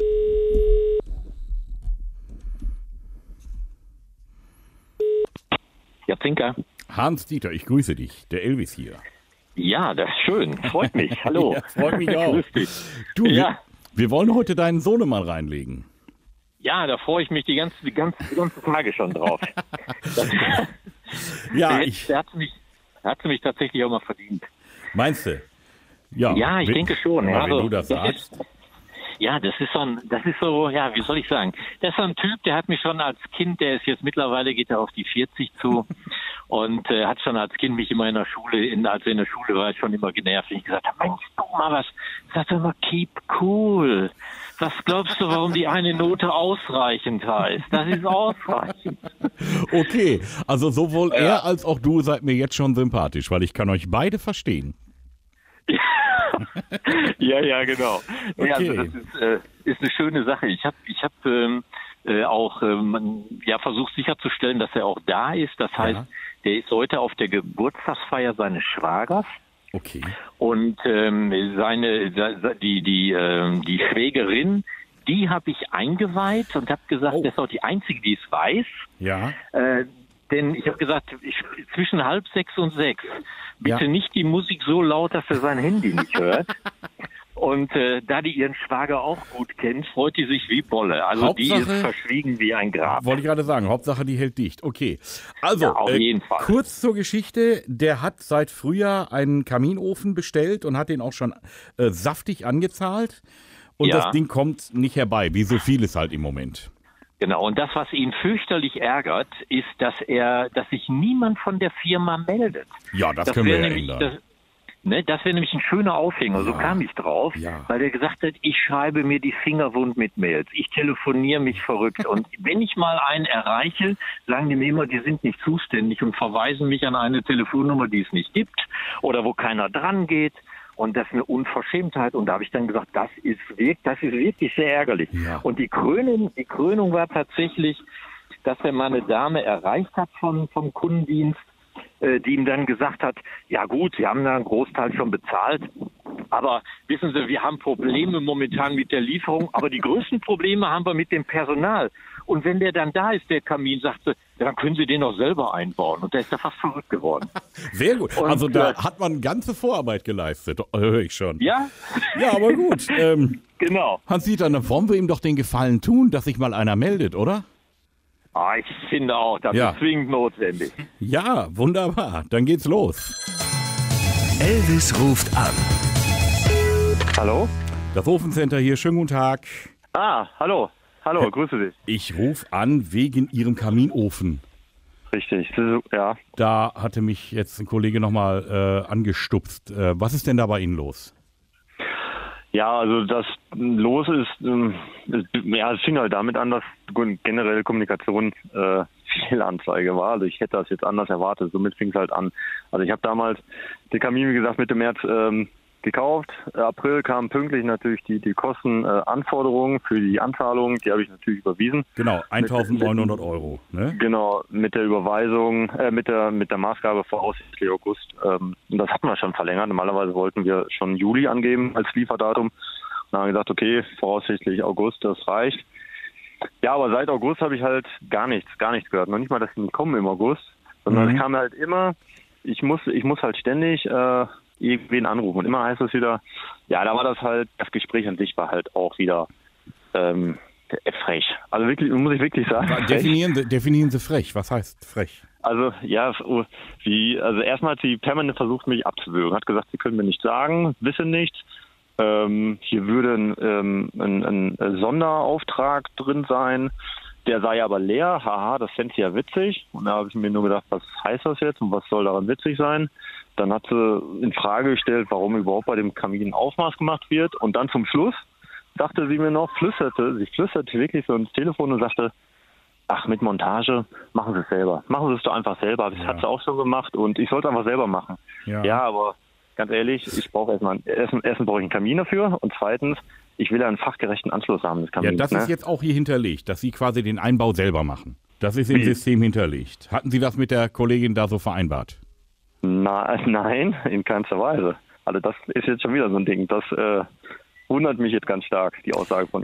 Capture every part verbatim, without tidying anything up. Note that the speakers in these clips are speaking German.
Ja, Zinker. Hans-Dieter, ich grüße dich. Der Elvis hier. Ja, das ist schön. Freut mich. Hallo. Ja, freut mich auch. Grüß dich. Du, Ja. wir, wir wollen heute deinen Sohnemann reinlegen. Ja, da freue ich mich die ganze, die ganze, die ganze Tage schon drauf. Das, Ja, der, ich. der hat mich, der hat mich tatsächlich auch mal verdient. Meinst du? Ja, Ja, ich wenn- denke schon. Ja, Also, wenn du das das sagst. ist- Ja, das ist so ein, das ist so, ja, wie soll ich sagen? Das ist so ein Typ, der hat mich schon als Kind, der ist jetzt mittlerweile, geht er auf die vierzig zu und äh, hat schon als Kind mich immer in der Schule, in, als er in der Schule war, schon immer genervt. Und ich gesagt habe, Mensch, du mal was, sagt er immer, keep cool. Was glaubst du, warum die eine Note ausreichend heißt? Das ist ausreichend. Okay, also sowohl er als auch du seid mir jetzt schon sympathisch, weil ich kann euch beide verstehen. Ja, ja, genau. Ja, also Okay. das ist, äh, ist eine schöne Sache. Ich habe ich hab, ähm, äh, auch ähm, ja, versucht sicherzustellen, dass er auch da ist. Das heißt, Ja. der ist heute auf der Geburtstagsfeier seines Schwagers. Okay. Und ähm, seine die die ähm, die Schwägerin, die habe ich eingeweiht und habe gesagt, Oh. das ist auch die einzige, die es weiß. Ja. Äh, denn ich habe gesagt, ich, zwischen halb sechs und sechs, bitte Ja. nicht die Musik so laut, dass er sein Handy nicht hört. Und äh, da die ihren Schwager auch gut kennt, freut die sich wie Bolle. Also die Hauptsache- ist verschwiegen wie ein Grab. Wollte ich gerade sagen, Hauptsache die hält dicht. Okay, also Ja, auf jeden Fall. kurz zur Geschichte. Der hat seit Frühjahr einen Kaminofen bestellt und hat den auch schon äh, saftig angezahlt. Und Ja. das Ding kommt nicht herbei, wie so vieles halt im Moment. Genau, und das, was ihn fürchterlich ärgert, ist, dass er, dass sich niemand von der Firma meldet. Ja, das, können wir wäre ja nämlich, ändern. das, ne, das wäre nämlich ein schöner Aufhänger, so kam ich drauf, Ja. weil er gesagt hat, ich schreibe mir die Finger wund mit Mails, ich telefoniere mich verrückt und wenn ich mal einen erreiche, sagen die mir immer, die sind nicht zuständig und verweisen mich an eine Telefonnummer, die es nicht gibt oder wo keiner dran geht. Und das ist eine Unverschämtheit. Und da habe ich dann gesagt, das ist wirklich, das ist wirklich sehr ärgerlich. Ja. Und die Krönung, die Krönung war tatsächlich, dass er mal eine Dame erreicht hat vom, vom Kundendienst, äh, die ihm dann gesagt hat, ja gut, Sie haben da einen Großteil schon bezahlt, aber wissen Sie, wir haben Probleme momentan mit der Lieferung, aber die größten Probleme haben wir mit dem Personal. Und wenn der dann da ist, der Kamin, sagt sie, ja, dann können Sie den auch selber einbauen. Und da ist er fast verrückt geworden. Sehr gut. Und, Also da äh, hat man ganze Vorarbeit geleistet, höre ich schon. Ja, Ja, aber gut. ähm, genau. Hans-Dieter, dann wollen wir ihm doch den Gefallen tun, dass sich mal einer meldet, oder? Ah, ich finde auch, das Ja. ist zwingend notwendig. Ja, wunderbar. Dann geht's los. Elvis ruft an. Hallo? Das Ofencenter hier, schönen guten Tag. Ah, hallo. Hallo, grüße dich. Ich rufe an wegen Ihrem Kaminofen. Richtig, das ist, ja. Da hatte mich jetzt ein Kollege nochmal äh, angestupst. Äh, was ist denn da bei Ihnen los? Ja, also das Los ist, ähm, es, ja, es fing halt damit an, dass generell Kommunikation äh, Fehlanzeige war. Also ich hätte das jetzt anders erwartet. Somit fing es halt an. Also ich habe damals den Kamin, wie gesagt, Mitte März ähm, gekauft. April kamen pünktlich natürlich die, die Kostenanforderungen äh, für die Anzahlung. Die habe ich natürlich überwiesen. Genau, eintausendneunhundert Euro. Ne? Genau, mit der Überweisung, äh, mit der mit der Maßgabe voraussichtlich August. Ähm, und das hatten wir schon verlängert. Normalerweise wollten wir schon Juli angeben als Lieferdatum. Und dann haben wir gesagt, okay, voraussichtlich August, das reicht. Ja, aber seit August habe ich halt gar nichts, gar nichts gehört. Noch nicht mal, dass die nicht kommen im August, sondern Mhm. es kam halt immer, ich muss, ich muss halt ständig äh, irgendwen anrufen. Und immer heißt es wieder, ja, da war das halt, das Gespräch an sich war halt auch wieder ähm, frech. Also wirklich, muss ich wirklich sagen. frech. Definieren Sie, definieren Sie frech. Was heißt frech? Also ja, so wie, also erstmal hat sie permanent versucht, mich abzuwürgen. Hat gesagt, sie können mir nichts sagen, wissen nichts. Ähm, hier würde ein, ähm, ein, ein Sonderauftrag drin sein. Der sei aber leer. Haha, das fände sie ja witzig. Und da habe ich mir nur gedacht, was heißt das jetzt und was soll daran witzig sein? Dann hat sie in Frage gestellt, warum überhaupt bei dem Kamin ein Aufmaß gemacht wird. Und dann zum Schluss sagte sie mir noch, flüsterte, sie flüsterte wirklich so ins Telefon und sagte, ach, mit Montage, machen Sie es selber. Machen Sie es doch einfach selber. Das Ja. hat sie auch schon gemacht und ich sollte einfach selber machen. Ja. Ja, aber ganz ehrlich, ich brauche erstmal, erstens, erstens brauche ich einen Kamin dafür und zweitens, ich will ja einen fachgerechten Anschluss haben des Ja, Kamins. das ne? ist jetzt auch hier hinterlegt, dass Sie quasi den Einbau selber machen. Das ist im Wie? System hinterlegt. Hatten Sie das mit der Kollegin da so vereinbart? Na, nein, in keinster Weise. Also das ist jetzt schon wieder so ein Ding. Das äh, wundert mich jetzt ganz stark, die Aussage von Ihnen.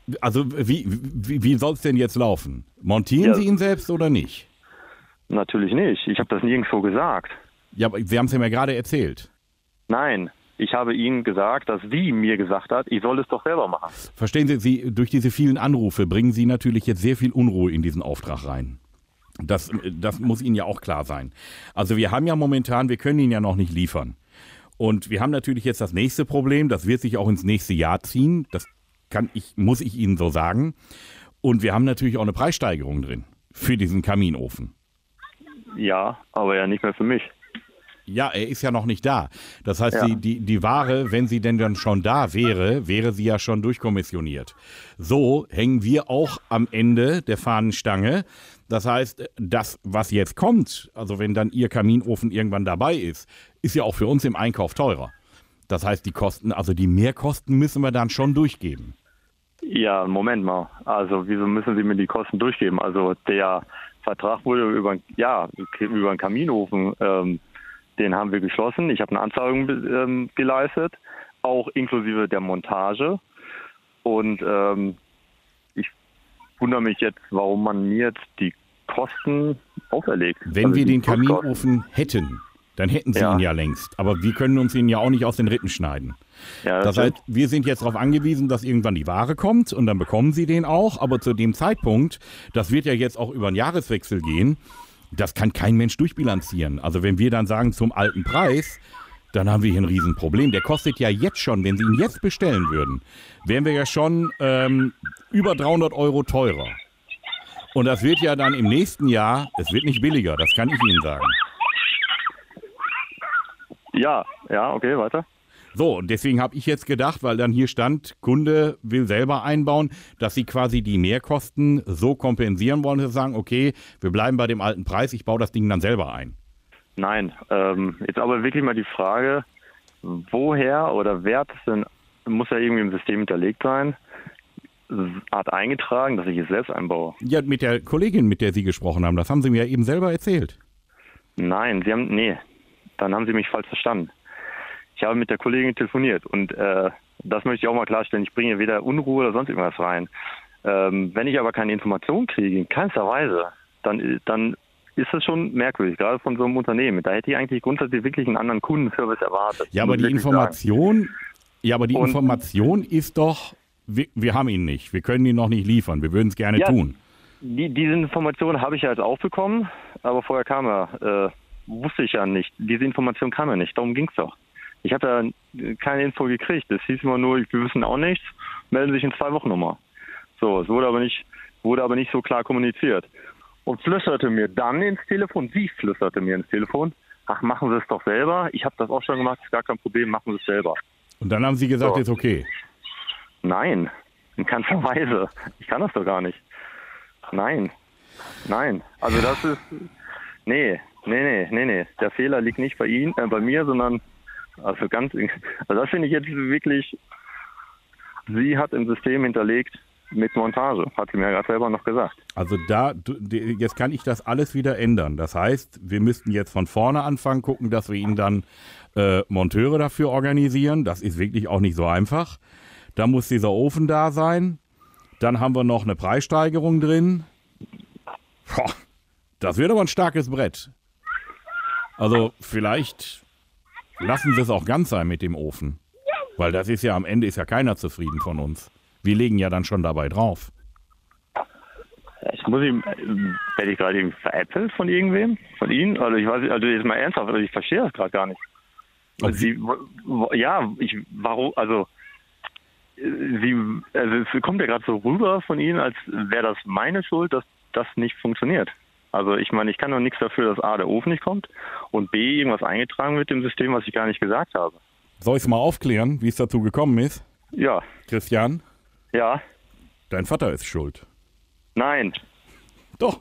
Also wie, wie, wie soll es denn jetzt laufen? Montieren Ja. Sie ihn selbst oder nicht? Natürlich nicht. Ich habe das nirgendwo gesagt. Ja, aber Sie haben es ja mir gerade erzählt. Nein, ich habe Ihnen gesagt, dass sie mir gesagt hat, ich soll es doch selber machen. Verstehen Sie, Sie, durch diese vielen Anrufe bringen Sie natürlich jetzt sehr viel Unruhe in diesen Auftrag rein. Das, das muss Ihnen ja auch klar sein. Also wir haben ja momentan, wir können ihn ja noch nicht liefern. Und wir haben natürlich jetzt das nächste Problem, das wird sich auch ins nächste Jahr ziehen. Das kann ich, muss ich Ihnen so sagen. Und wir haben natürlich auch eine Preissteigerung drin für diesen Kaminofen. Ja, aber ja nicht mehr für mich. Ja, er ist ja noch nicht da. Das heißt, Ja. die, die, die Ware, wenn sie denn dann schon da wäre, wäre sie ja schon durchkommissioniert. So hängen wir auch am Ende der Fahnenstange. Das heißt, das, was jetzt kommt, also wenn dann Ihr Kaminofen irgendwann dabei ist, ist ja auch für uns im Einkauf teurer. Das heißt, die Kosten, also die Mehrkosten müssen wir dann schon durchgeben. Ja, Moment mal. Also wieso müssen Sie mir die Kosten durchgeben? Also der Vertrag wurde über, ja, über einen Kaminofen, ähm, den haben wir geschlossen. Ich habe eine Anzahlung ähm, geleistet, auch inklusive der Montage. Und ähm, ich wundere mich jetzt, warum man mir jetzt die Kosten auferlegt. Wenn Also wir die den Flugkosten. Kaminofen hätten, dann hätten sie Ja. ihn ja längst. Aber wir können uns ihn ja auch nicht aus den Rippen schneiden. Ja, Das stimmt. heißt, wir sind jetzt darauf angewiesen, dass irgendwann die Ware kommt und dann bekommen sie den auch. Aber zu dem Zeitpunkt, das wird ja jetzt auch über einen Jahreswechsel gehen, das kann kein Mensch durchbilanzieren. Also wenn wir dann sagen zum alten Preis, dann haben wir hier ein Riesenproblem. Der kostet ja jetzt schon, wenn Sie ihn jetzt bestellen würden, wären wir ja schon ähm, über dreihundert Euro teurer. Und das wird ja dann im nächsten Jahr, es wird nicht billiger, das kann ich Ihnen sagen. Ja, ja, okay, weiter. So, und deswegen habe ich jetzt gedacht, weil dann hier stand, Kunde will selber einbauen, dass sie quasi die Mehrkosten so kompensieren wollen, dass sie sagen, okay, wir bleiben bei dem alten Preis, ich baue das Ding dann selber ein. Nein, ähm, jetzt aber wirklich mal die Frage, woher oder wer hat es denn, muss ja irgendwie im System hinterlegt sein, hat eingetragen, dass ich es selbst einbaue. Ja, mit der Kollegin, mit der Sie gesprochen haben, das haben Sie mir ja eben selber erzählt. Nein, Sie haben, nee, dann haben Sie mich falsch verstanden. Ich habe mit der Kollegin telefoniert und äh, das möchte ich auch mal klarstellen. Ich bringe weder Unruhe oder sonst irgendwas rein. Ähm, wenn ich aber keine Information kriege, in keinster Weise, dann, dann ist das schon merkwürdig, gerade von so einem Unternehmen. Da hätte ich eigentlich grundsätzlich wirklich einen anderen Kundenservice erwartet. Ja, aber muss die ich wirklich sagen. Information, ja, aber die Und- Information ist doch, wir, wir haben ihn nicht, wir können ihn noch nicht liefern, wir würden es gerne Ja. tun. Die, diese Information habe ich ja jetzt auch bekommen, aber vorher kam er, äh, wusste ich ja nicht. Diese Information kam ja nicht, darum ging es doch. Ich habe ja keine Info gekriegt. Es hieß immer nur, wir wissen auch nichts, melden sich in zwei Wochen nochmal. So, es wurde aber nicht, wurde aber nicht so klar kommuniziert. Und flüsterte mir dann ins Telefon, sie flüsterte mir ins Telefon, ach, machen Sie es doch selber. Ich habe das auch schon gemacht, ist gar kein Problem, machen Sie es selber. Und dann haben Sie gesagt, So. ist okay. Nein, in keinster Weise. Ich kann das doch gar nicht. Nein, nein. Also das ist, nee, nee, nee, nee, nee. Der Fehler liegt nicht bei Ihnen, äh, bei mir, sondern, also ganz, also das finde ich jetzt wirklich, sie hat im System hinterlegt mit Montage, hat sie mir gerade selber noch gesagt. Also da, du- die- jetzt kann ich das alles wieder ändern. Das heißt, wir müssten jetzt von vorne anfangen, gucken, dass wir ihnen dann äh, Monteure dafür organisieren. Das ist wirklich auch nicht so einfach. Da muss dieser Ofen da sein. Dann haben wir noch eine Preissteigerung drin. Boah, das wird aber ein starkes Brett. Also vielleicht lassen Sie es auch ganz sein mit dem Ofen. Weil das ist ja am Ende ist ja keiner zufrieden von uns. Wir legen ja dann schon dabei drauf. Ich muss ihm, äh, werde ich gerade irgendwie veräppelt von irgendwem? Von Ihnen? Also ich weiß nicht, also jetzt mal ernsthaft, also ich verstehe das gerade gar nicht. Ob Sie, wo- wo- ja, ich, warum, also, äh, Sie, also es kommt ja gerade so rüber von Ihnen, als wäre das meine Schuld, dass das nicht funktioniert. Also ich meine, ich kann doch nichts dafür, dass A, der Ofen nicht kommt und B, irgendwas eingetragen wird im System, was ich gar nicht gesagt habe. Soll ich es mal aufklären, wie es dazu gekommen ist? Ja, Christian, ja, dein Vater ist schuld. nein. Doch.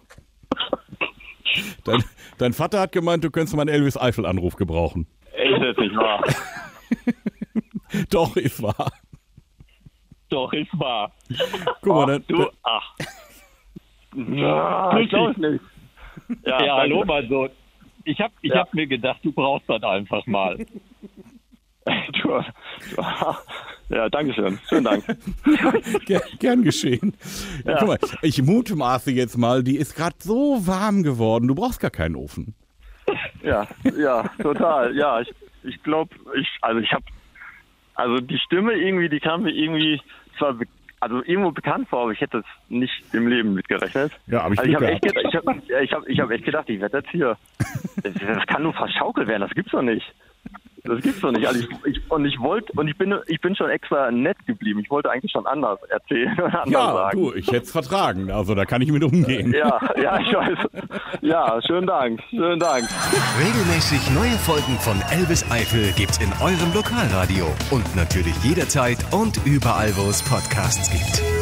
Dein, dein Vater hat gemeint, du könntest mal einen Elvis-Eifel-Anruf gebrauchen. Ist jetzt nicht wahr. Doch, ist wahr. Doch, ist wahr. Guck mal, dann, Du, ach. Ja, ich glaube es nicht. Ja, Ja, hallo, danke. mein Sohn. Ich habe ich Ja. hab mir gedacht, du brauchst das einfach mal. Du, du, Ja, danke schön. Schönen Dank. Ger gern geschehen. Ja. Guck mal, ich mutmaße jetzt mal, die ist gerade so warm geworden, du brauchst gar keinen Ofen. Ja, ja, total. Ja, ich, ich glaube, ich, also ich habe, also die Stimme irgendwie, die kam mir irgendwie zwar, be also irgendwo bekannt vor, aber ich hätte es nicht im Leben mitgerechnet. Ja, aber ich, also ich habe Glück echt, gedacht- ich hab, ich hab, ich hab echt gedacht, ich werde jetzt hier, das, das kann nur verschaukelt werden, das gibt's doch nicht. Das gibt's doch nicht. Also ich, ich, und ich wollte, und ich bin, ich bin schon extra nett geblieben. Ich wollte eigentlich schon anders erzählen oder anders Ja, sagen. du, ich hätte es vertragen, also da kann ich mit umgehen. Ja, ja, ich weiß. Ja, schönen Dank, schönen Dank. Regelmäßig neue Folgen von Elvis Eifel gibt's in eurem Lokalradio und natürlich jederzeit und überall, wo es Podcasts gibt.